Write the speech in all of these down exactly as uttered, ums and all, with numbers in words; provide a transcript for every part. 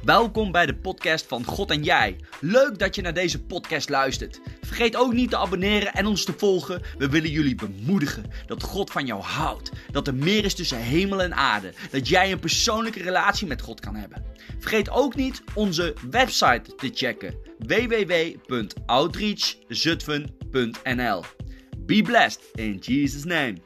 Welkom bij de podcast van God en Jij. Leuk dat je naar deze podcast luistert. Vergeet ook niet te abonneren en ons te volgen. We willen jullie bemoedigen dat God van jou houdt. Dat er meer is tussen hemel en aarde. Dat jij een persoonlijke relatie met God kan hebben. Vergeet ook niet onze website te checken. w w w punt outreach zutphen punt n l. Be blessed in Jesus' name.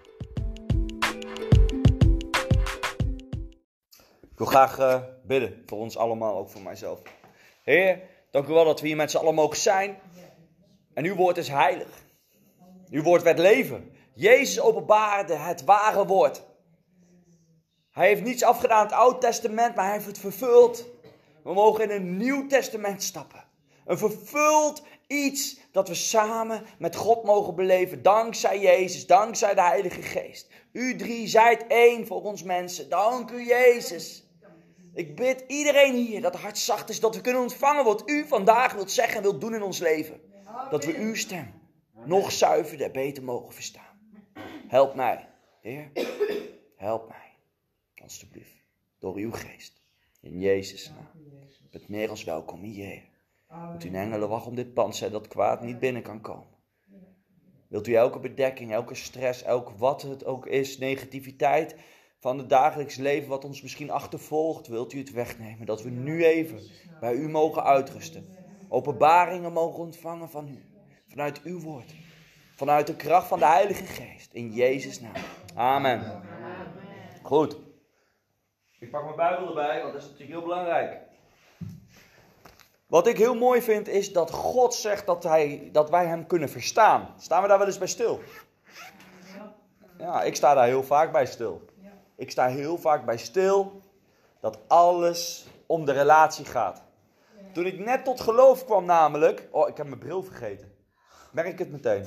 Ik wil graag uh, bidden voor ons allemaal, ook voor mijzelf. Heer, dank u wel dat we hier met z'n allen mogen zijn. En uw woord is heilig. Uw woord werd leven. Jezus openbaarde het ware woord. Hij heeft niets afgedaan in het Oude Testament, maar hij heeft het vervuld. We mogen in een Nieuw Testament stappen. Een vervuld iets dat we samen met God mogen beleven. Dankzij Jezus, dankzij de Heilige Geest. U drie zijt één voor ons mensen. Dank u Jezus. Ik bid iedereen hier dat het hart zacht is, dat we kunnen ontvangen wat u vandaag wilt zeggen en wilt doen in ons leven. Dat we uw stem nog zuiverder en beter mogen verstaan. Help mij, Heer. Help mij. Alsjeblieft. Door uw geest. In Jezus' naam. Ik ben meer als welkom hier, Heer. Wilt u een engelen wacht om dit pand zijn dat kwaad niet binnen kan komen. Wilt u elke bedekking, elke stress, elk wat het ook is, negativiteit van het dagelijks leven wat ons misschien achtervolgt, wilt u het wegnemen. Dat we nu even bij u mogen uitrusten. Openbaringen mogen ontvangen van u. Vanuit uw woord. Vanuit de kracht van de Heilige Geest. In Jezus' naam. Amen. Goed. Ik pak mijn Bijbel erbij, want dat is natuurlijk heel belangrijk. Wat ik heel mooi vind is dat God zegt dat, hij, dat wij hem kunnen verstaan. Staan we daar wel eens bij stil? Ja, ik sta daar heel vaak bij stil. Ik sta heel vaak bij stil dat alles om de relatie gaat. Toen ik net tot geloof kwam namelijk... Oh, ik heb mijn bril vergeten. Merk ik het meteen?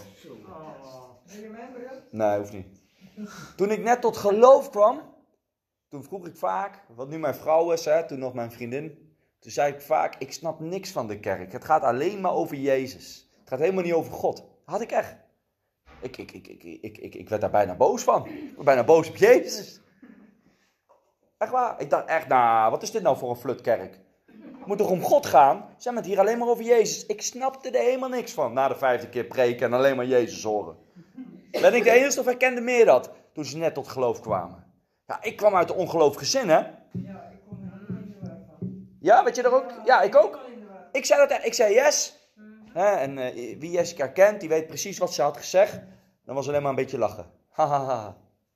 Nee, hoeft niet. Toen ik net tot geloof kwam... Toen vroeg ik vaak, wat nu mijn vrouw is, hè, toen nog mijn vriendin... Toen zei ik vaak, ik snap niks van de kerk. Het gaat alleen maar over Jezus. Het gaat helemaal niet over God. Dat had ik echt. Ik, ik, ik, ik, ik, ik, ik werd daar bijna boos van. Ik werd bijna boos op Jezus. Echt waar. Ik dacht echt, nou, wat is dit nou voor een flutkerk? Het moet toch om God gaan? Ze hebben het hier alleen maar over Jezus. Ik snapte er helemaal niks van. Na de vijfde keer preken en alleen maar Jezus horen. Ben ik de enige of herkende meer dat? Toen ze net tot geloof kwamen. Ja, ik kwam uit een ongelooflijk gezin, hè? Ja, ik kom er niet zo van. Ja, weet je er ook? Ja, ik ook. Ik zei dat, ik zei yes. He, en uh, wie Jessica kent, die weet precies wat ze had gezegd. Dan was alleen maar een beetje lachen. Hahaha.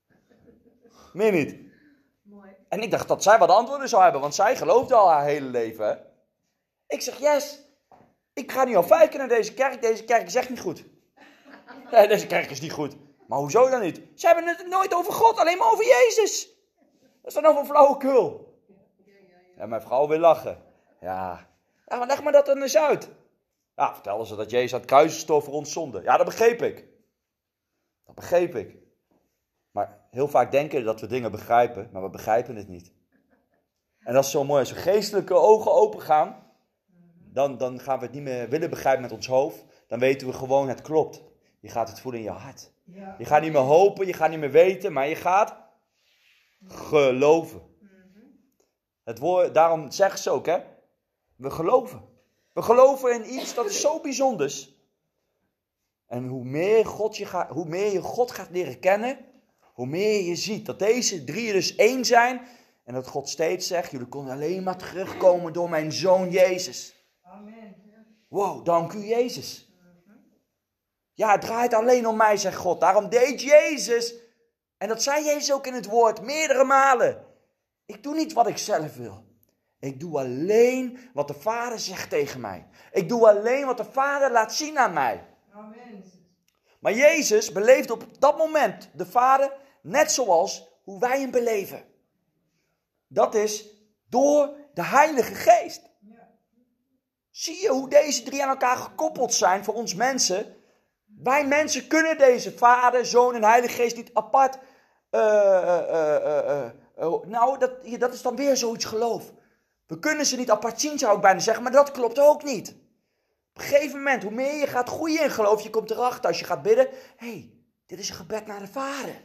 Meer niet. Mooi. En ik dacht dat zij wat antwoorden zou hebben, want zij geloofde al haar hele leven. Hè? Ik zeg yes. Ik ga nu al vijf keer naar deze kerk. Deze kerk is echt niet goed. Nee, deze kerk is niet goed. Maar hoezo dan niet? Ze hebben het nooit over God, alleen maar over Jezus. Dat is dan nou voor flauwekul. En mijn vrouw wil lachen. Ja. Ja, maar leg maar dat dan eens uit. Ja, vertelden ze dat Jezus aan het kruis is gestorven voor ons zonde. Ja, dat begreep ik. Dat begreep ik. Maar heel vaak denken we dat we dingen begrijpen, maar we begrijpen het niet. En dat is zo mooi. Als we geestelijke ogen open gaan, dan, dan gaan we het niet meer willen begrijpen met ons hoofd. Dan weten we gewoon, het klopt. Je gaat het voelen in je hart. Je gaat niet meer hopen, je gaat niet meer weten, maar je gaat geloven. Het woord, daarom zeggen ze ook, hè. We geloven. We geloven in iets dat is zo bijzonders. En hoe meer, God je gaat, hoe meer je God gaat leren kennen, hoe meer je ziet dat deze drieën dus één zijn. En dat God steeds zegt, jullie konden alleen maar terugkomen door mijn Zoon Jezus. Amen. Wow, dank u Jezus. Ja, het draait alleen om mij, zegt God. Daarom deed Jezus, en dat zei Jezus ook in het woord, meerdere malen. Ik doe niet wat ik zelf wil. Ik doe alleen wat de Vader zegt tegen mij. Ik doe alleen wat de Vader laat zien aan mij. Amen. Maar Jezus beleefde op dat moment de Vader net zoals hoe wij hem beleven. Dat is door de Heilige Geest. Ja. Zie je hoe deze drie aan elkaar gekoppeld zijn voor ons mensen? Wij mensen kunnen deze Vader, Zoon en Heilige Geest niet apart... Uh, uh, uh, uh, uh, nou, dat, dat is dan weer zoiets geloof. We kunnen ze niet apart zien, zou ik bijna zeggen, maar dat klopt ook niet. Op een gegeven moment, hoe meer je gaat groeien in geloof, je komt erachter als je gaat bidden. Hé, hey, dit is een gebed naar de Vader.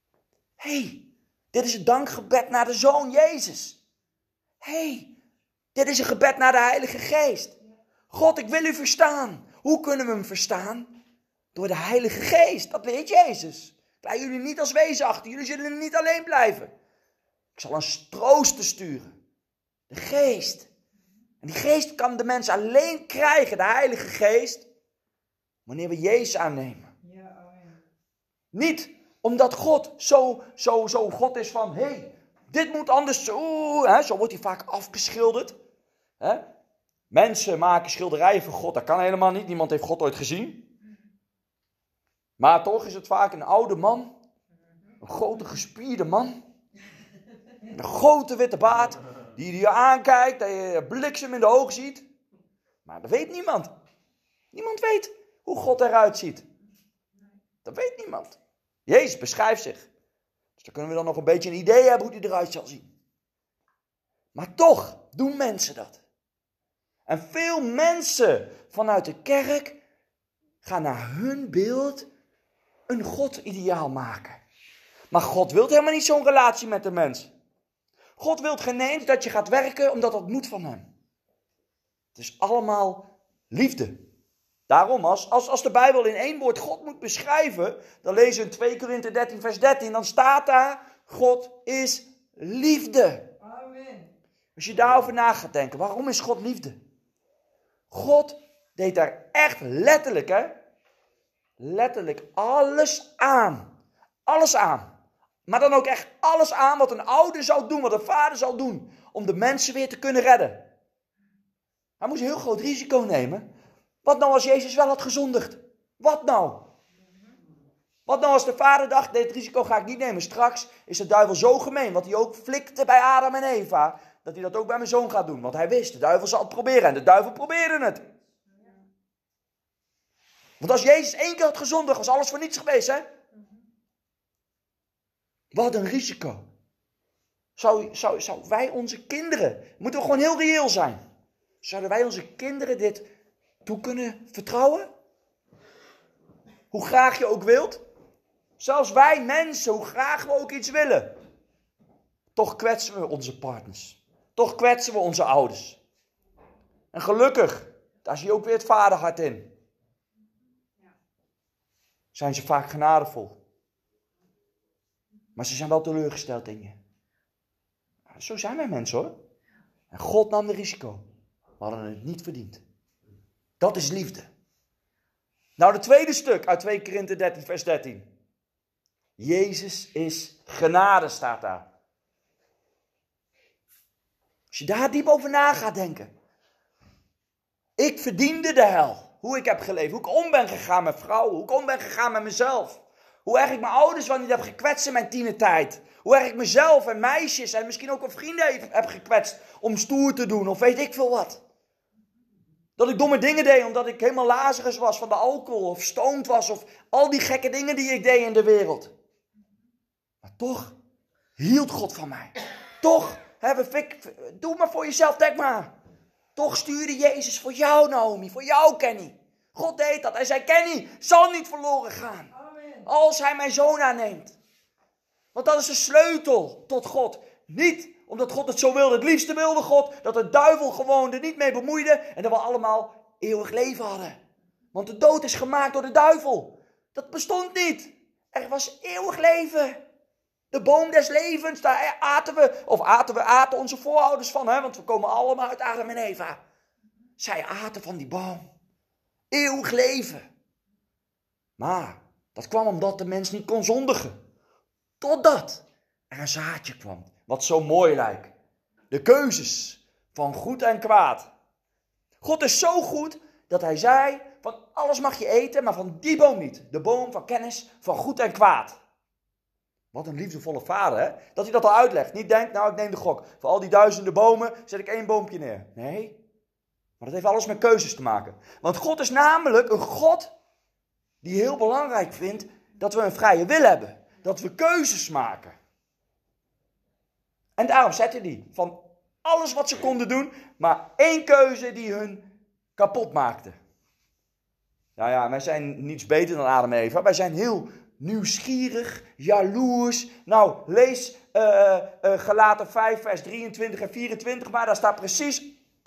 Hé, hey, dit is een dankgebed naar de Zoon Jezus. Hé, hey, Dit is een gebed naar de Heilige Geest. God, ik wil u verstaan. Hoe kunnen we hem verstaan? Door de Heilige Geest. Dat weet Jezus. Ik laat jullie niet als wezen achter. Jullie zullen niet alleen blijven. Ik zal een trooster sturen. De Geest. En die Geest kan de mens alleen krijgen, de Heilige Geest, wanneer we Jezus aannemen. Ja, amen. Niet omdat God zo, zo, zo God is van, hé, hey, dit moet anders zo. Hè, zo wordt hij vaak afgeschilderd. Hè? Mensen maken schilderijen van God, dat kan helemaal niet. Niemand heeft God ooit gezien. Maar toch is het vaak een oude man. Een grote gespierde man. Een grote witte baard. Die je aankijkt, dat je bliksem in de ogen ziet. Maar dat weet niemand. Niemand weet hoe God eruit ziet. Dat weet niemand. Jezus beschrijft zich. Dus dan kunnen we dan nog een beetje een idee hebben hoe hij eruit zal zien. Maar toch doen mensen dat. En veel mensen vanuit de kerk gaan naar hun beeld een God-ideaal maken. Maar God wil helemaal niet zo'n relatie met de mens. God wil geen eens dat je gaat werken omdat dat moet van hem. Het is allemaal liefde. Daarom, als, als, als de Bijbel in één woord God moet beschrijven, dan lezen we in twee Korinthe dertien vers dertien, dan staat daar, God is liefde. Amen. Als je daarover na gaat denken, waarom is God liefde? God deed daar echt letterlijk, hè, letterlijk alles aan. Alles aan. Maar dan ook echt alles aan wat een ouder zou doen, wat een vader zou doen, om de mensen weer te kunnen redden. Hij moest een heel groot risico nemen. Wat nou als Jezus wel had gezondigd? Wat nou? Wat nou als de vader dacht, dit risico ga ik niet nemen. Straks is de duivel zo gemeen, wat hij ook flikte bij Adam en Eva, dat hij dat ook bij mijn zoon gaat doen. Want hij wist, de duivel zal het proberen en de duivel probeerde het. Want als Jezus één keer had gezondigd, was alles voor niets geweest, hè? Wat een risico. Zou, zou, zou wij onze kinderen, moeten we gewoon heel reëel zijn. Zouden wij onze kinderen dit toe kunnen vertrouwen? Hoe graag je ook wilt. Zelfs wij mensen, hoe graag we ook iets willen. Toch kwetsen we onze partners. Toch kwetsen we onze ouders. En gelukkig, daar zie je ook weer het vaderhart in. Zijn ze vaak genadevol. Maar ze zijn wel teleurgesteld in je. Zo zijn wij mensen hoor. En God nam de risico. We hadden het niet verdiend. Dat is liefde. Nou, de tweede stuk uit twee Korinthe dertien vers dertien. Jezus is genade, staat daar. Als je daar diep over na gaat denken. Ik verdiende de hel. Hoe ik heb geleefd. Hoe ik om ben gegaan met vrouwen. Hoe ik om ben gegaan met mezelf. Hoe erg ik mijn ouders wel niet heb gekwetst in mijn tienertijd. Hoe erg ik mezelf en meisjes en misschien ook wel vrienden heb gekwetst om stoer te doen of weet ik veel wat. Dat ik domme dingen deed omdat ik helemaal lazarus was van de alcohol of stoned was of al die gekke dingen die ik deed in de wereld. Maar toch hield God van mij. Toch, hè, doe maar voor jezelf, denk maar. Toch stuurde Jezus voor jou, Naomi, voor jou, Kenny. God deed dat. Hij zei, Kenny zal niet verloren gaan. Als hij mijn zoon aanneemt. Want dat is de sleutel tot God. Niet omdat God het zo wilde. Het liefste wilde God dat de duivel gewoon er niet mee bemoeide. En dat we allemaal eeuwig leven hadden. Want de dood is gemaakt door de duivel. Dat bestond niet. Er was eeuwig leven. De boom des levens, daar aten we, of aten we, aten onze voorouders van. Hè? Want we komen allemaal uit Adam en Eva. Zij aten van die boom. Eeuwig leven. Maar dat kwam omdat de mens niet kon zondigen. Totdat er een zaadje kwam. Wat zo mooi lijkt. De keuzes van goed en kwaad. God is zo goed dat hij zei, van alles mag je eten, maar van die boom niet. De boom van kennis van goed en kwaad. Wat een liefdevolle vader, hè? Dat hij dat al uitlegt. Niet denkt, nou ik neem de gok. Voor al die duizenden bomen zet ik één boompje neer. Nee. Maar dat heeft alles met keuzes te maken. Want God is namelijk een God die heel belangrijk vindt dat we een vrije wil hebben. Dat we keuzes maken. En daarom zette hij van alles wat ze konden doen, maar één keuze die hun kapot maakte. Nou ja, wij zijn niets beter dan Adam en Eva. Wij zijn heel nieuwsgierig, jaloers. Nou, lees uh, uh, Galaten vijf vers drieëntwintig en vierentwintig, maar daar staat precies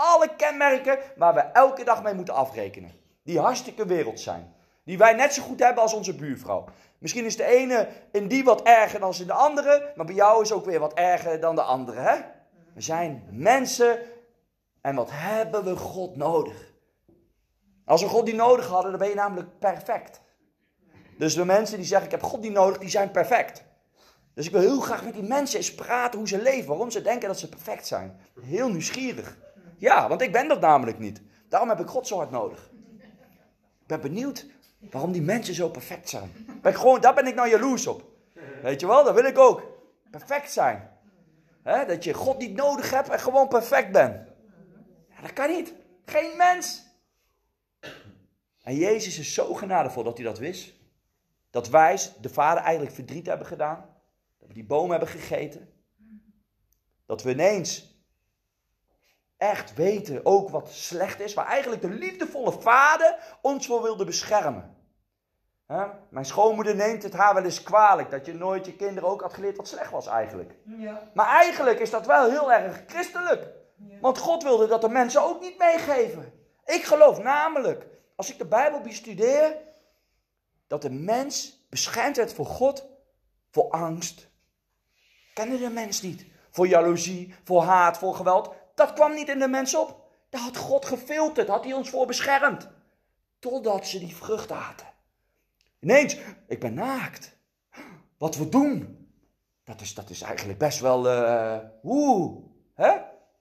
Alle kenmerken waar we elke dag mee moeten afrekenen. Die hartstikke wereld zijn. Die wij net zo goed hebben als onze buurvrouw. Misschien is de ene in die wat erger dan in de andere. Maar bij jou is ook weer wat erger dan de andere. Hè? We zijn mensen. En wat hebben we God nodig? Als we God niet nodig hadden, dan ben je namelijk perfect. Dus de mensen die zeggen, ik heb God niet nodig, die zijn perfect. Dus ik wil heel graag met die mensen eens praten hoe ze leven. Waarom ze denken dat ze perfect zijn. Heel nieuwsgierig. Ja, want ik ben dat namelijk niet. Daarom heb ik God zo hard nodig. Ik ben benieuwd waarom die mensen zo perfect zijn. Ben ik gewoon, daar ben ik nou jaloers op. Weet je wel, dat wil ik ook. Perfect zijn. He, dat je God niet nodig hebt en gewoon perfect bent. Ja, dat kan niet. Geen mens. En Jezus is zo genadevol dat hij dat wist. Dat wij de Vader eigenlijk verdriet hebben gedaan. Dat we die boom hebben gegeten. Dat we ineens echt weten ook wat slecht is. Waar eigenlijk de liefdevolle Vader ons voor wilde beschermen. He? Mijn schoonmoeder neemt het haar wel eens kwalijk. Dat je nooit je kinderen ook had geleerd wat slecht was eigenlijk. Ja. Maar eigenlijk is dat wel heel erg christelijk. Ja. Want God wilde dat de mensen ook niet meegeven. Ik geloof namelijk, als ik de Bijbel bestudeer, dat de mens beschermd werd voor God, voor angst. Kende de mens niet. Voor jaloezie, voor haat, voor geweld. Dat kwam niet in de mens op. Daar had God gefilterd, had hij ons voor beschermd. Totdat ze die vrucht aten. Ineens, ik ben naakt. Wat we doen, dat is, dat is eigenlijk best wel, uh, oeh, hè?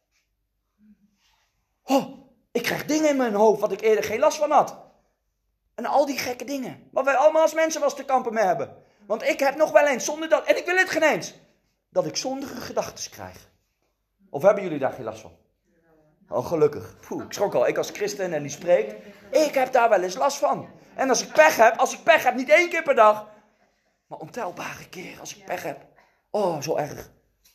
Oh, ik krijg dingen in mijn hoofd wat ik eerder geen last van had. En al die gekke dingen, waar wij allemaal als mensen wel eens te kampen mee hebben. Want ik heb nog wel eens, zonder dat, en ik wil het geen eens, dat ik zondige gedachten krijg. Of hebben jullie daar geen last van? Oh, gelukkig. Poeh, ik schrok al, ik als christen en die spreekt, ik heb daar wel eens last van. En als ik pech heb, als ik pech heb, niet één keer per dag, maar ontelbare keer als ik pech heb. Oh, zo erg.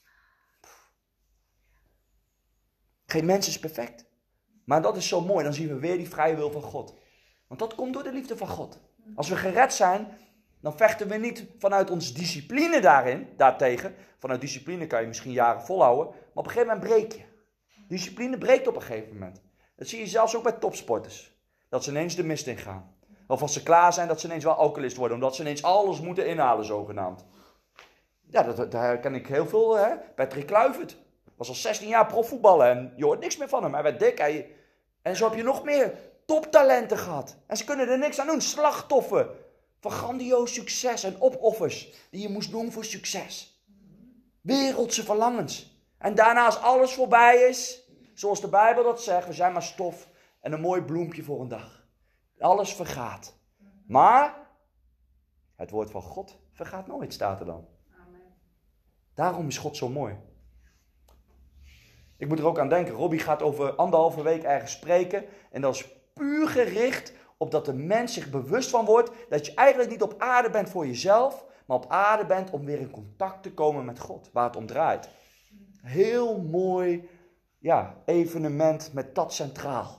Geen mens is perfect. Maar dat is zo mooi, dan zien we weer die vrije wil van God. Want dat komt door de liefde van God. Als we gered zijn, dan vechten we niet vanuit onze discipline daarin, daartegen. Vanuit discipline kan je misschien jaren volhouden, maar op een gegeven moment breek je. Discipline breekt op een gegeven moment. Dat zie je zelfs ook bij topsporters. Dat ze ineens de mist ingaan. Of als ze klaar zijn, dat ze ineens wel alcoholist worden, omdat ze ineens alles moeten inhalen, zogenaamd. Ja, dat, daar ken ik heel veel, hè. Patrick Kluivert was al zestien jaar profvoetballer en je hoort niks meer van hem. Hij werd dik. Hij... En zo heb je nog meer toptalenten gehad. En ze kunnen er niks aan doen. Slachtoffer van grandioos succes en opoffers die je moest doen voor succes. Wereldse verlangens. En daarna als alles voorbij is, zoals de Bijbel dat zegt, we zijn maar stof en een mooi bloempje voor een dag. Alles vergaat. Maar het woord van God vergaat nooit, staat er dan. Daarom is God zo mooi. Ik moet er ook aan denken, Robbie gaat over anderhalve week ergens spreken. En dat is puur gericht op dat de mens zich bewust van wordt dat je eigenlijk niet op aarde bent voor jezelf, maar op aarde bent om weer in contact te komen met God, waar het om draait. Heel mooi ja, evenement met dat centraal.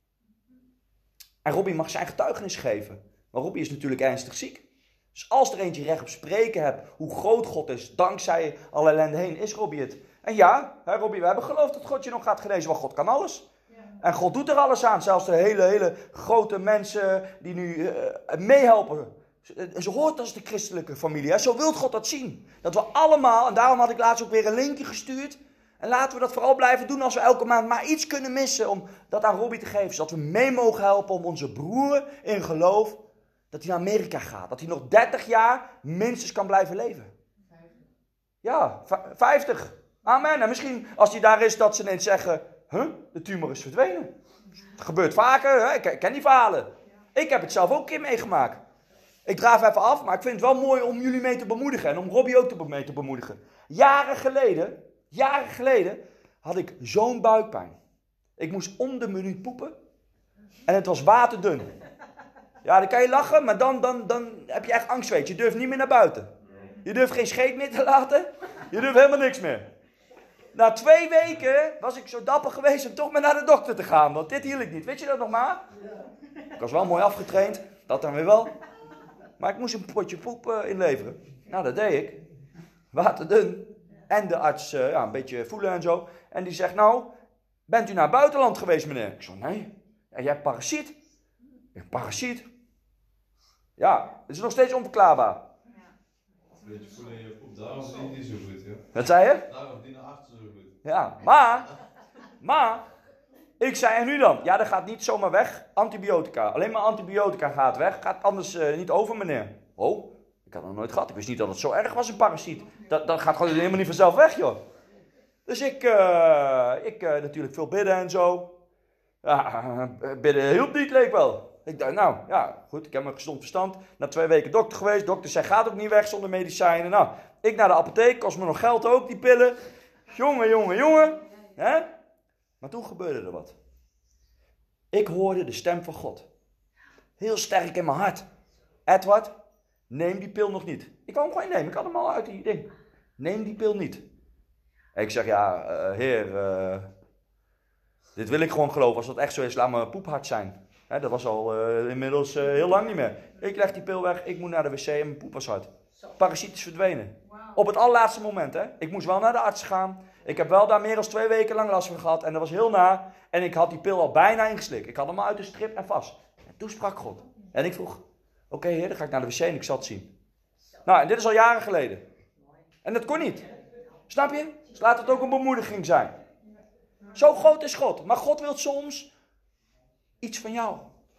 En Robbie mag zijn getuigenis geven. Maar Robbie is natuurlijk ernstig ziek. Dus als er eentje recht op spreken hebt hoe groot God is, dankzij alle ellende heen, is Robbie het. En ja, hè Robbie, we hebben geloofd dat God je nog gaat genezen, want God kan alles. Ja. En God doet er alles aan, zelfs de hele, hele grote mensen die nu uh, meehelpen. Zo hoort als de christelijke familie, hè? Zo wil God dat zien. Dat we allemaal, en daarom had ik laatst ook weer een linkje gestuurd. En laten we dat vooral blijven doen als we elke maand maar iets kunnen missen om dat aan Robbie te geven. Zodat we mee mogen helpen om onze broer in geloof, dat hij naar Amerika gaat. Dat hij nog dertig jaar minstens kan blijven leven. Ja, vijftig. Amen. En misschien als hij daar is dat ze ineens zeggen, huh, de tumor is verdwenen. Het gebeurt vaker, hè? Ik ken die verhalen. Ik heb het zelf ook een keer meegemaakt. Ik draaf even af, maar ik vind het wel mooi om jullie mee te bemoedigen. En om Robbie ook te, mee te bemoedigen. Jaren geleden, jaren geleden had ik zo'n buikpijn. Ik moest om de minuut poepen. En het was waterdun. Ja, dan kan je lachen, maar dan, dan, dan heb je echt angst, weet je. Je durft niet meer naar buiten. Je durft geen scheet meer te laten. Je durft helemaal niks meer. Na twee weken was ik zo dapper geweest om toch maar naar de dokter te gaan. Want dit hield ik niet. Weet je dat nog maar? Ik was wel mooi afgetraind. Dat dan weer wel. Maar ik moest een potje poep uh, inleveren. Nou, dat deed ik. Waterdun. En de arts uh, ja, een beetje voelen en zo. En die zegt, nou, bent u naar het buitenland geweest, meneer? Ik zei, nee. Ja, jij hebt parasiet. Ik zeg, parasiet? Ja, het is nog steeds onverklaarbaar. Een beetje voelen in je poep, daarom verdient die zo goed, ja. Wat zei je? Daarom verdient de artsen zo goed. Ja, maar, maar, ik zei, en nu dan? Ja, dat gaat niet zomaar weg. Antibiotica. Alleen maar antibiotica gaat weg. Gaat anders uh, niet over, meneer. Oh, ik had het nog nooit gehad. Ik wist niet dat het zo erg was, een parasiet. Dat, dat gaat gewoon helemaal niet vanzelf weg, joh. Dus ik, uh, ik uh, natuurlijk veel bidden en zo. Ja, uh, bidden hielp niet, leek wel. Ik dacht, nou, ja, goed, ik heb een gezond verstand. Na twee weken dokter geweest. Dokter zei, gaat ook niet weg zonder medicijnen. Nou, ik naar de apotheek, kost me nog geld ook, die pillen. Jongen, jongen, jongen. Hè? Maar toen gebeurde er wat. Ik hoorde de stem van God. Heel sterk in mijn hart. Edward, neem die pil nog niet. Ik wou hem gewoon nemen, ik had hem al uit die ding. Neem die pil niet. En ik zeg, ja, uh, heer, uh, dit wil ik gewoon geloven. Als dat echt zo is, laat me poephard zijn. Hè, dat was al uh, inmiddels uh, heel lang niet meer. Ik leg die pil weg, ik moet naar de wc en mijn poep was hard. Parasiet is verdwenen. Op het allerlaatste moment, hè. Ik moest wel naar de arts gaan. Ik heb wel daar meer dan twee weken lang last van gehad. En dat was heel na. En ik had die pil al bijna ingeslikt. Ik had hem al uit de strip en vast. En toen sprak God. En ik vroeg, oké okay, heer, dan ga ik naar de wc en ik zal het zien. Nou, en dit is al jaren geleden. En dat kon niet. Snap je? Dus laat het ook een bemoediging zijn. Zo groot is God. Maar God wil soms iets van jou.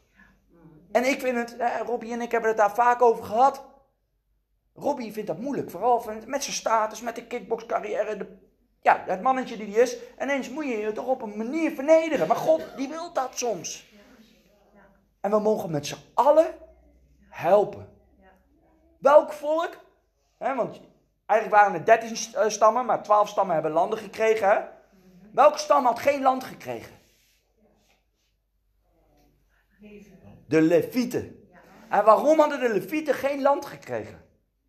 En ik vind het, eh, Robbie en ik hebben het daar vaak over gehad. Robbie vindt dat moeilijk. Vooral met zijn status, met de kickboxcarrière. De, ja, het mannetje die hij is. En ineens moet je je toch op een manier vernederen. Maar God, die wil dat soms. En we mogen met z'n allen helpen. Welk volk? He, want eigenlijk waren het dertien stammen, maar twaalf stammen hebben landen gekregen. Hè? Welke stam had geen land gekregen? De Levieten. En waarom hadden de Levieten geen land gekregen?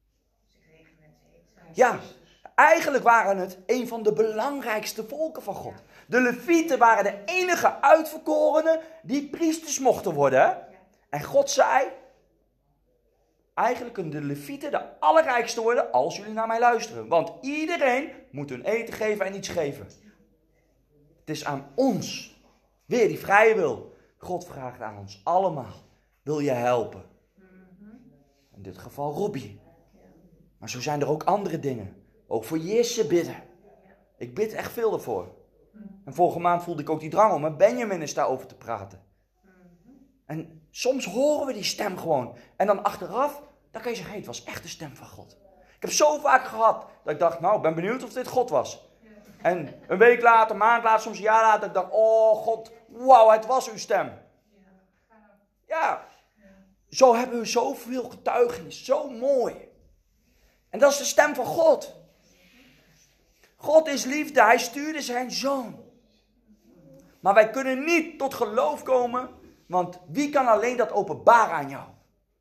Ja, eigenlijk waren het een van de belangrijkste volken van God. De Levieten waren de enige uitverkorenen die priesters mochten worden. Hè? En God zei, eigenlijk kunnen de Levieten de allerrijkste worden als jullie naar mij luisteren. Want iedereen moet hun eten geven en iets geven. Het is aan ons. Weer die vrije wil. God vraagt aan ons allemaal. Wil je helpen? In dit geval Robbie. Maar zo zijn er ook andere dingen. Ook voor Jesse bidden. Ik bid echt veel ervoor. En vorige maand voelde ik ook die drang om met Benjamin eens daarover te praten. En soms horen we die stem gewoon. En dan achteraf, dan kan je zeggen, hey, het was echt de stem van God. Ik heb zo vaak gehad dat ik dacht, nou, ik ben benieuwd of dit God was. En een week later, een maand later, soms een jaar later, ik dacht, oh God, wauw, het was uw stem. Ja, zo hebben we zoveel getuigenis, zo mooi. En dat is de stem van God. God is liefde, hij stuurde zijn zoon. Maar wij kunnen niet tot geloof komen, want wie kan alleen dat openbaren aan jou?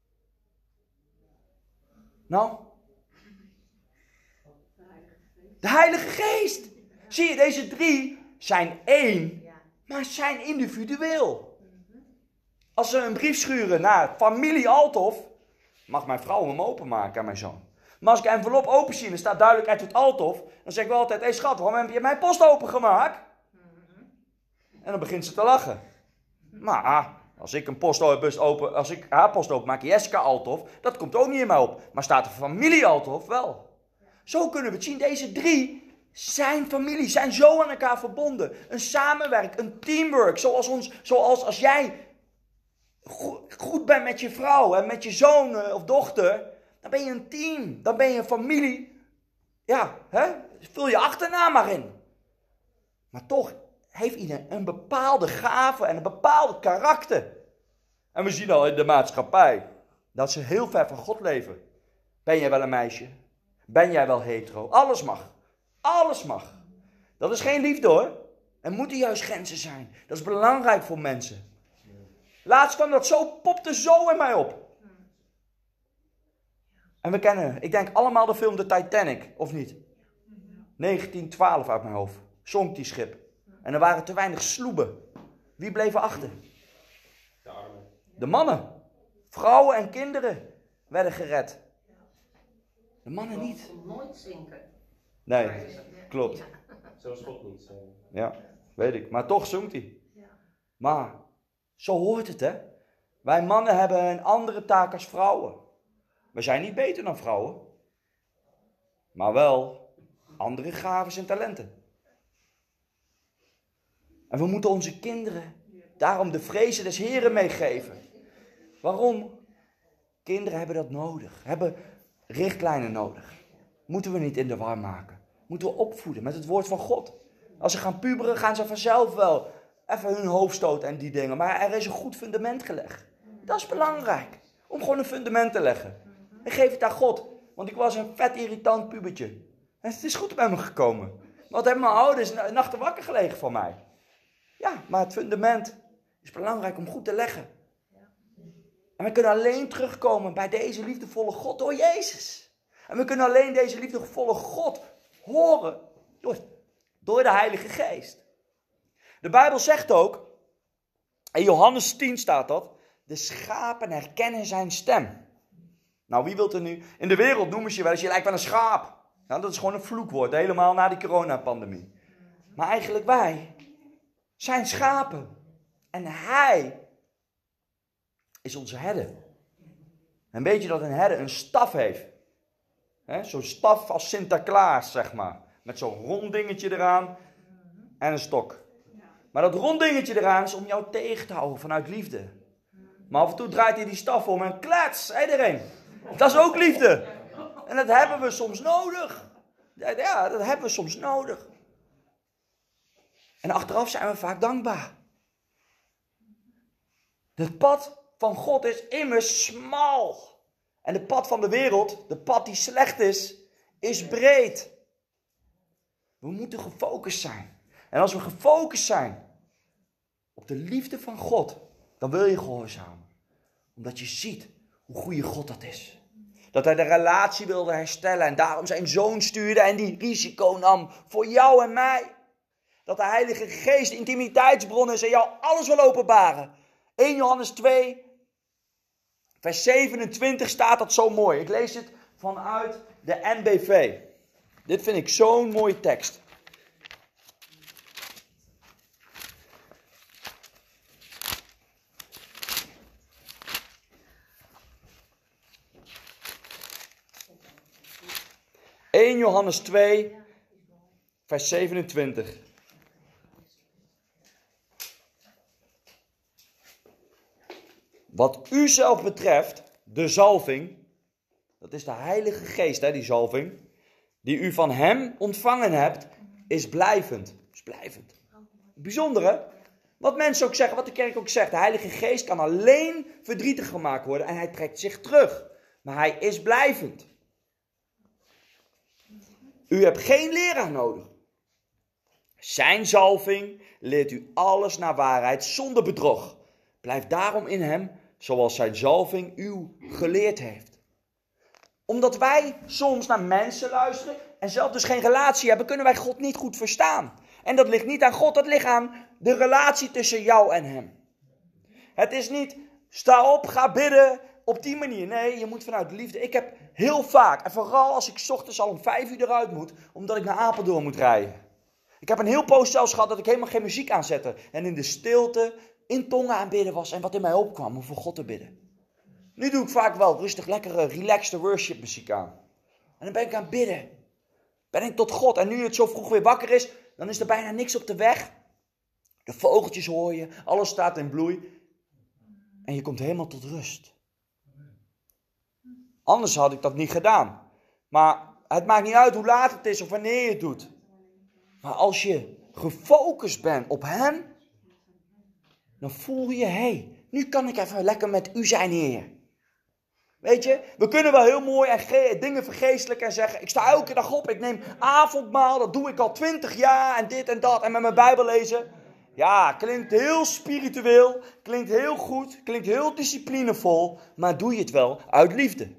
Nou? De Heilige Geest. Zie je, deze drie zijn één, maar zijn individueel. Als ze een brief schuren naar familie Althoff, mag mijn vrouw hem openmaken aan mijn zoon. Maar als ik een envelop open zie en er staat duidelijk Edward Althoff, dan zeg ik wel altijd, hé hey schat, waarom heb je mijn post opengemaakt? En dan begint ze te lachen. Maar als ik een postbus open, als ik haar post openmaak, Jessica Althoff, dat komt ook niet in mij op. Maar staat de familie Althoff wel. Zo kunnen we het zien, deze drie zijn familie, zijn zo aan elkaar verbonden. Een samenwerk, een teamwork, zoals, ons, zoals als jij goed, goed bent met je vrouw en met je zoon of dochter, dan ben je een team, dan ben je een familie. Ja, hè? Vul je achternaam maar in. Maar toch heeft iedereen een bepaalde gave en een bepaald karakter. En we zien al in de maatschappij dat ze heel ver van God leven. Ben jij wel een meisje? Ben jij wel hetero? Alles mag. Alles mag. Dat is geen liefde hoor. Er moeten juist grenzen zijn. Dat is belangrijk voor mensen. Laatst kwam dat zo, popte zo in mij op. En we kennen, ik denk allemaal de film The Titanic, of niet? negentien twaalf uit mijn hoofd. Zonk die schip. En er waren te weinig sloeben. Wie bleef achter? De armen. De mannen. Vrouwen en kinderen werden gered. De mannen niet. Nooit zinken. Nee, klopt. Zelfs God niet. Zo. Ja. Weet ik. Maar toch zoekt hij. Ja. Maar zo hoort het, hè. Wij mannen hebben een andere taak als vrouwen. We zijn niet beter dan vrouwen. Maar wel andere gaven en talenten. En we moeten onze kinderen daarom de vrezen des Heren meegeven. Waarom? Kinderen hebben dat nodig. Hebben richtlijnen nodig. Moeten we niet in de war maken. Moeten we opvoeden met het woord van God. Als ze gaan puberen, gaan ze vanzelf wel even hun hoofd stoten en die dingen. Maar er is een goed fundament gelegd. Dat is belangrijk. Om gewoon een fundament te leggen. En geef het aan God. Want ik was een vet irritant pubertje. En het is goed bij me gekomen. Want hebben mijn ouders nachten wakker gelegen van mij. Ja, maar het fundament is belangrijk om goed te leggen. En we kunnen alleen terugkomen bij deze liefdevolle God door Jezus. En we kunnen alleen deze liefdevolle God horen door, door de Heilige Geest. De Bijbel zegt ook, in Johannes tien staat dat, de schapen herkennen zijn stem. Nou, wie wil er nu? In de wereld noemen ze je wel eens, je lijkt wel een schaap. Nou, dat is gewoon een vloekwoord, helemaal na die coronapandemie. Maar eigenlijk wij zijn schapen. En hij is onze herder. En weet je dat een herder een staf heeft? Zo'n staf als Sinterklaas, zeg maar. Met zo'n rond dingetje eraan en een stok. Maar dat rond dingetje eraan is om jou tegen te houden vanuit liefde. Maar af en toe draait hij die staf om en klets, hé iedereen. Dat is ook liefde. En dat hebben we soms nodig. Ja, dat hebben we soms nodig. En achteraf zijn we vaak dankbaar. Het pad van God is immers smal. En het pad van de wereld, de pad die slecht is, is breed. We moeten gefocust zijn. En als we gefocust zijn op de liefde van God, dan wil je gehoorzamen. Omdat je ziet hoe goede God dat is. Dat hij de relatie wilde herstellen en daarom zijn zoon stuurde en die risico nam voor jou en mij. Dat de Heilige Geest de intimiteitsbron is en jou alles wil openbaren. eerste Johannes twee, vers zevenentwintig staat dat zo mooi. Ik lees het vanuit de N B V. Dit vind ik zo'n mooie tekst. eerste Johannes twee, vers zevenentwintig. Wat u zelf betreft, de zalving, dat is de Heilige Geest, hè, die zalving, die u van hem ontvangen hebt, is blijvend. Is blijvend. Bijzonder, hè? Wat mensen ook zeggen, wat de kerk ook zegt, de Heilige Geest kan alleen verdrietig gemaakt worden en hij trekt zich terug. Maar hij is blijvend. U hebt geen leraar nodig. Zijn zalving leert u alles naar waarheid zonder bedrog. Blijf daarom in hem, zoals zijn zalving u geleerd heeft. Omdat wij soms naar mensen luisteren en zelf dus geen relatie hebben, kunnen wij God niet goed verstaan. En dat ligt niet aan God, dat ligt aan de relatie tussen jou en hem. Het is niet, sta op, ga bidden, op die manier. Nee, je moet vanuit liefde. Ik heb heel vaak, en vooral als ik 's ochtends al om vijf uur eruit moet, omdat ik naar Apeldoorn moet rijden. Ik heb een heel poos zelfs gehad dat ik helemaal geen muziek aanzette. En in de stilte, in tongen aanbidden was en wat in mij opkwam om voor God te bidden. Nu doe ik vaak wel rustig, lekkere, relaxed worship muziek aan. En dan ben ik aan het bidden. Ben ik tot God. En nu het zo vroeg weer wakker is, dan is er bijna niks op de weg. De vogeltjes hoor je, alles staat in bloei. En je komt helemaal tot rust. Anders had ik dat niet gedaan. Maar het maakt niet uit hoe laat het is of wanneer je het doet. Maar als je gefocust bent op hem, dan voel je, hé, hey, nu kan ik even lekker met u zijn, Heer. Weet je, we kunnen wel heel mooi en ge- dingen vergeestelijken en zeggen, ik sta elke dag op, ik neem avondmaal, dat doe ik al twintig jaar en dit en dat en met mijn Bijbel lezen. Ja, klinkt heel spiritueel, klinkt heel goed, klinkt heel disciplinevol, maar doe je het wel uit liefde.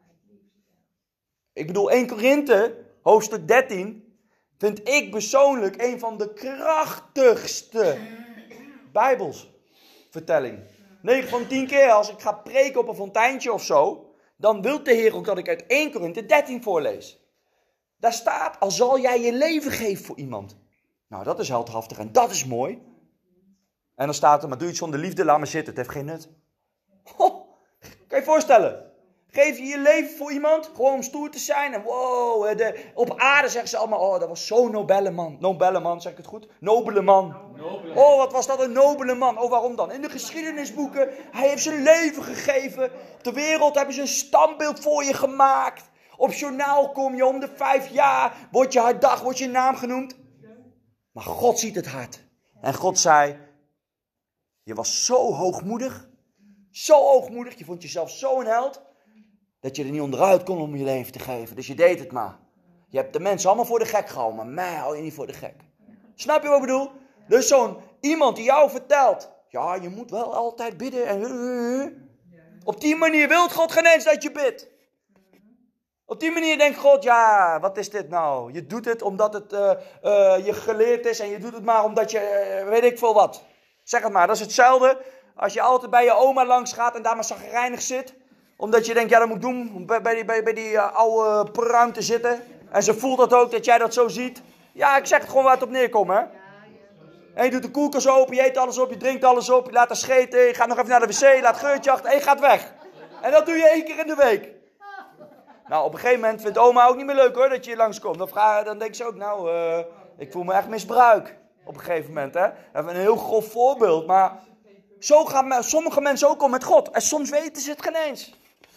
Ik bedoel, eerste Korinthe, hoofdstuk dertien, vind ik persoonlijk een van de krachtigste Bijbelsvertelling. negen van tien keer als ik ga preken op een fonteintje of zo, dan wil de Heer ook dat ik uit eerste Korinthe dertien voorlees. Daar staat, al zal jij je leven geven voor iemand. Nou, dat is heldhaftig en dat is mooi. En dan staat er, maar doe iets zonder liefde, laat maar zitten. Het heeft geen nut. Ho, kan je je voorstellen? Geef je je leven voor iemand, gewoon om stoer te zijn. En wow, de, op aarde zeggen ze allemaal, oh, dat was zo'n nobele man. Nobele man, zeg ik het goed? Nobele man. Nobele. Oh, wat was dat een nobele man. Oh, waarom dan? In de geschiedenisboeken, hij heeft zijn leven gegeven. Op de wereld hebben ze een standbeeld voor je gemaakt. Op journaal kom je om de vijf jaar, wordt je herdacht, wordt je naam genoemd. Maar God ziet het hart. En God zei, je was zo hoogmoedig, zo hoogmoedig, je vond jezelf zo een held, dat je er niet onderuit kon om je leven te geven. Dus je deed het maar. Je hebt de mensen allemaal voor de gek gehouden, maar mij hou je niet voor de gek. Snap je wat ik bedoel? Dus zo'n iemand die jou vertelt, ja, je moet wel altijd bidden. En op die manier wil God geen eens dat je bidt. Op die manier denkt God, ja, wat is dit nou? Je doet het omdat het uh, uh, je geleerd is en je doet het maar omdat je, uh, weet ik veel wat. Zeg het maar, dat is hetzelfde als je altijd bij je oma langs gaat en daar maar zagrijnig zit. Omdat je denkt, ja, dat moet ik doen, om bij, bij die, bij, bij die uh, oude pruim te zitten. En ze voelt dat ook, dat jij dat zo ziet. Ja, ik zeg het gewoon waar het op neerkomt, hè. En je doet de koelkast open, je eet alles op, je drinkt alles op, je laat haar scheten, je gaat nog even naar de wc, laat geurtje achter en je gaat weg. En dat doe je één keer in de week. Nou, op een gegeven moment vindt oma ook niet meer leuk hoor, dat je hier langskomt. Dan, vraag, dan denkt ze ook, nou, uh, ik voel me echt misbruik. Op een gegeven moment, hè. Even een heel grof voorbeeld, maar zo gaan sommige mensen ook om met God. En soms weten ze het geen eens.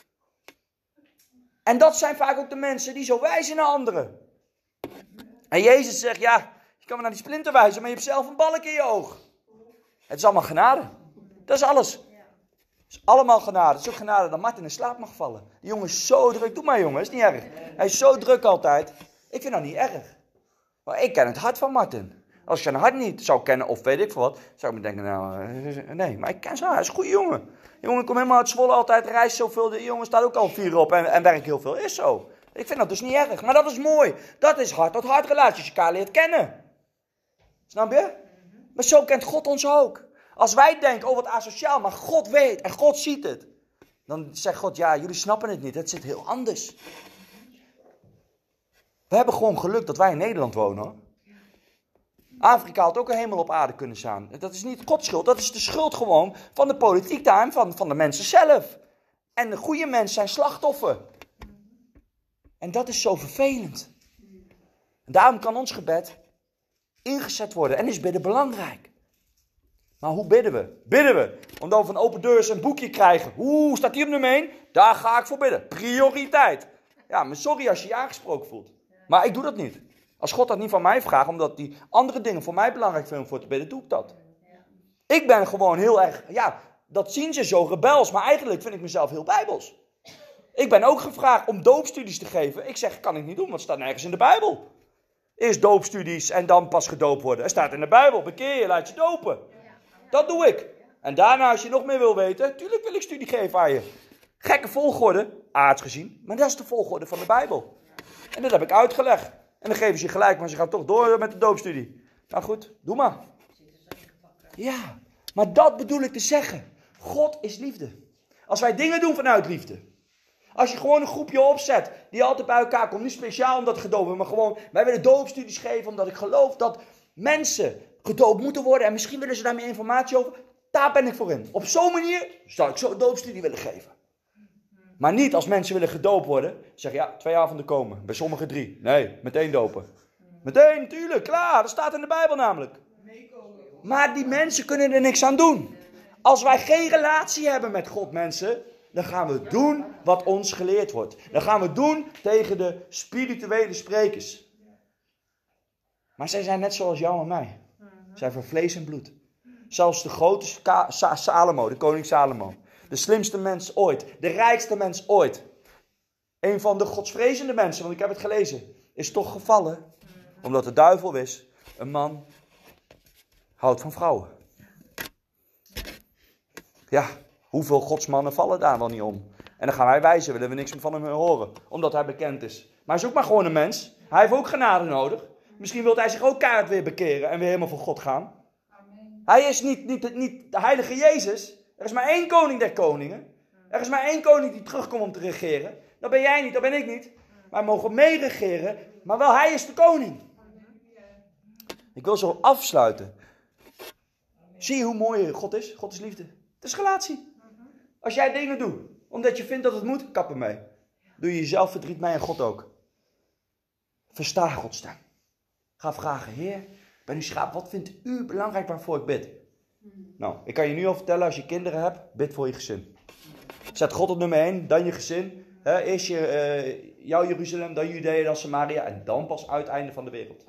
En dat zijn vaak ook de mensen die zo wijzen naar anderen. En Jezus zegt, ja, je kan me naar die splinter wijzen, maar je hebt zelf een balk in je oog. Het is allemaal genade. Dat is alles. Het is allemaal genade. Het is ook genade dat Martin in slaap mag vallen. Die jongen is zo druk. Doe maar jongen, is niet erg. Hij is zo druk altijd. Ik vind dat niet erg. Maar ik ken het hart van Martin. Als ik zijn hart niet zou kennen, of weet ik veel wat, zou ik me denken, nou, nee, maar ik ken zijn hart. Hij is een goede jongen. Die jongen komt helemaal uit Zwolle altijd, reist zoveel. Die jongen staat ook al vier op en, en werkt heel veel. Is zo. Ik vind dat dus niet erg. Maar dat is mooi. Dat is hart tot hart relatie. Als je elkaar leert kennen. Snap je? Maar zo kent God ons ook. Als wij denken, oh wat asociaal, maar God weet en God ziet het. Dan zegt God, ja, jullie snappen het niet. Het zit heel anders. We hebben gewoon geluk dat wij in Nederland wonen, hoor. Afrika had ook een hemel op aarde kunnen staan. Dat is niet Gods schuld, dat is de schuld gewoon van de politiek daar en van, van de mensen zelf. En de goede mensen zijn slachtoffer. En dat is zo vervelend. En daarom kan ons gebed ingezet worden en is bidden belangrijk. Maar hoe bidden we? Bidden we omdat we van open deurs een boekje krijgen. Oeh, staat hier op nummer één? Daar ga ik voor bidden. Prioriteit. Ja, maar sorry als je je aangesproken voelt. Maar ik doe dat niet. Als God dat niet van mij vraagt, omdat die andere dingen voor mij belangrijk vinden om voor te bidden, doe ik dat. Ik ben gewoon heel erg, ja, dat zien ze zo rebels, maar eigenlijk vind ik mezelf heel bijbels. Ik ben ook gevraagd om doopstudies te geven. Ik zeg, kan ik niet doen, want het staat nergens in de Bijbel. Eerst doopstudies en dan pas gedoopt worden. Het staat in de Bijbel, bekeer je, laat je dopen. Dat doe ik. En daarna, als je nog meer wil weten, tuurlijk wil ik studie geven aan je. Gekke volgorde, aards gezien, maar dat is de volgorde van de Bijbel. En dat heb ik uitgelegd. En dan geven ze je gelijk, maar ze gaan toch door met de doopstudie. Nou goed, doe maar. Ja, maar dat bedoel ik te zeggen. God is liefde. Als wij dingen doen vanuit liefde. Als je gewoon een groepje opzet, die altijd bij elkaar komt. Niet speciaal omdat gedoopt wordt, maar gewoon, wij willen doopstudies geven omdat ik geloof dat mensen gedoopt moeten worden. En misschien willen ze daar meer informatie over. Daar ben ik voor in. Op zo'n manier zou ik zo een doopstudie willen geven. Maar niet als mensen willen gedoopt worden. Zeg ja, twee avonden komen. Bij sommigen drie. Nee, meteen dopen. Meteen, tuurlijk, klaar. Dat staat in de Bijbel namelijk. Maar die mensen kunnen er niks aan doen. Als wij geen relatie hebben met God, mensen, dan gaan we doen wat ons geleerd wordt. Dan gaan we doen tegen de spirituele sprekers. Maar zij zijn net zoals jou en mij. Zij zijn van vlees en bloed. Zelfs de grote Salomo, de koning Salomo. De slimste mens ooit. De rijkste mens ooit. Een van de godsvrezende mensen, want ik heb het gelezen, is toch gevallen. Omdat de duivel wist, een man houdt van vrouwen. Ja, hoeveel godsmannen vallen daar wel niet om? En dan gaan wij wijzen, willen we niks meer van hem horen. Omdat hij bekend is. Maar hij is ook maar gewoon een mens. Hij heeft ook genade nodig. Misschien wil hij zich ook keihard weer bekeren en weer helemaal voor God gaan. Amen. Hij is niet, niet, niet de heilige Jezus. Er is maar één koning der koningen. Er is maar één koning die terugkomt om te regeren. Dat ben jij niet, dat ben ik niet. Wij mogen meeregeren, maar wel hij is de koning. Ik wil zo afsluiten. Zie je hoe mooi God is? God is liefde. Het is relatie. Als jij dingen doet, omdat je vindt dat het moet, kap ermee. Doe je jezelf verdriet, mij en God ook. Versta Gods stem. Ga vragen, Heer, ik ben uw schaap, wat vindt u belangrijk waarvoor ik bid? Nou, ik kan je nu al vertellen, als je kinderen hebt, bid voor je gezin. Zet God op nummer één, dan je gezin. He, eerst je, uh, jouw Jeruzalem, dan Judea, dan Samaria en dan pas uiteinde van de wereld.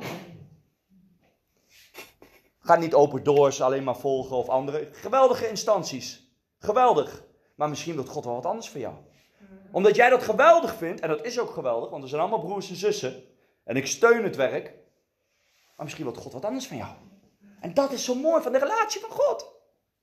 Ga niet open doors alleen maar volgen of andere. Geweldige instanties. Geweldig. Maar misschien wil God wel wat anders voor jou. Omdat jij dat geweldig vindt, en dat is ook geweldig, want we zijn allemaal broers en zussen. En ik steun het werk. Maar misschien wil God wat anders van jou. En dat is zo mooi van de relatie van God.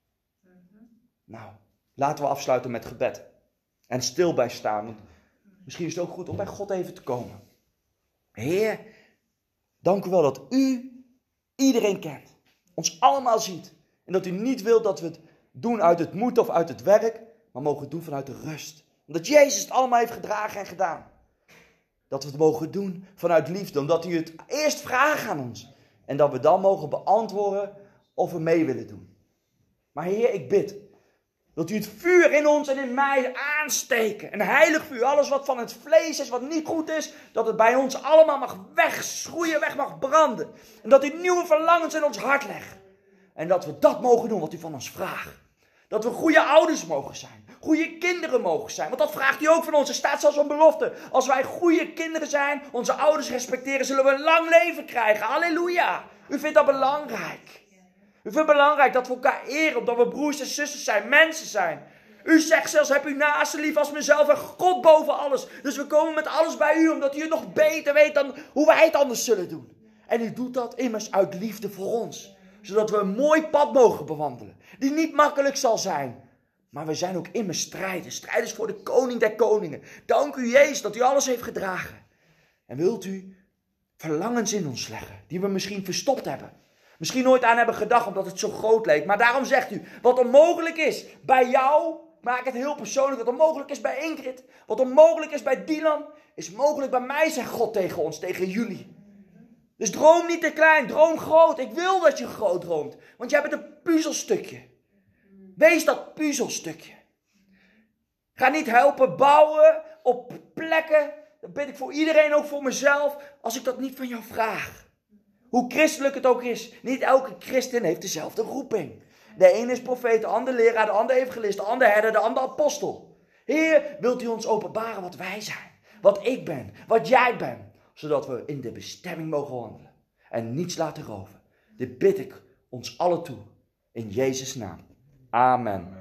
Nou, laten we afsluiten met gebed. En stil bij staan. Want misschien is het ook goed om bij God even te komen. Heer, dank u wel dat u iedereen kent. Ons allemaal ziet. En dat u niet wilt dat we het doen uit het moeten of uit het werk. Maar mogen het doen vanuit de rust. Omdat Jezus het allemaal heeft gedragen en gedaan. Dat we het mogen doen vanuit liefde. Omdat u het eerst vraagt aan ons. En dat we dan mogen beantwoorden of we mee willen doen. Maar Heer, ik bid. Dat u het vuur in ons en in mij aansteken. Een heilig vuur. Alles wat van het vlees is, wat niet goed is. Dat het bij ons allemaal mag wegschroeien, weg mag branden. En dat u nieuwe verlangens in ons hart legt. En dat we dat mogen doen wat u van ons vraagt. Dat we goede ouders mogen zijn. Goede kinderen mogen zijn. Want dat vraagt u ook van ons. Er staat zelfs een belofte. Als wij goede kinderen zijn, onze ouders respecteren, zullen we een lang leven krijgen. Halleluja. U vindt dat belangrijk. U vindt het belangrijk dat we elkaar eren, omdat we broers en zussen zijn, mensen zijn. U zegt zelfs, heb uw naaste lief als mezelf en God boven alles. Dus we komen met alles bij u, omdat u het nog beter weet dan hoe wij het anders zullen doen. En u doet dat immers uit liefde voor ons. Zodat we een mooi pad mogen bewandelen. Die niet makkelijk zal zijn. Maar we zijn ook immers strijders. Strijders voor de koning der koningen. Dank u Jezus dat u alles heeft gedragen. En wilt u verlangens in ons leggen. Die we misschien verstopt hebben. Misschien nooit aan hebben gedacht omdat het zo groot leek. Maar daarom zegt u, wat onmogelijk is bij jou, maak het heel persoonlijk. Wat onmogelijk is bij Ingrid, wat onmogelijk is bij Dylan, is mogelijk bij mij, zegt God tegen ons, tegen jullie. Dus droom niet te klein, droom groot. Ik wil dat je groot droomt. Want jij bent een puzzelstukje. Wees dat puzzelstukje. Ga niet helpen bouwen op plekken. Dat bid ik voor iedereen, ook voor mezelf. Als ik dat niet van jou vraag. Hoe christelijk het ook is. Niet elke christen heeft dezelfde roeping. De ene is profeet, de ander leraar, de ander evangelist, de ander herder, de ander apostel. Heer, wilt u ons openbaren wat wij zijn. Wat ik ben, wat jij bent. Zodat we in de bestemming mogen wandelen. En niets laten roven. Dit bid ik ons allen toe. In Jezus' naam. Amen.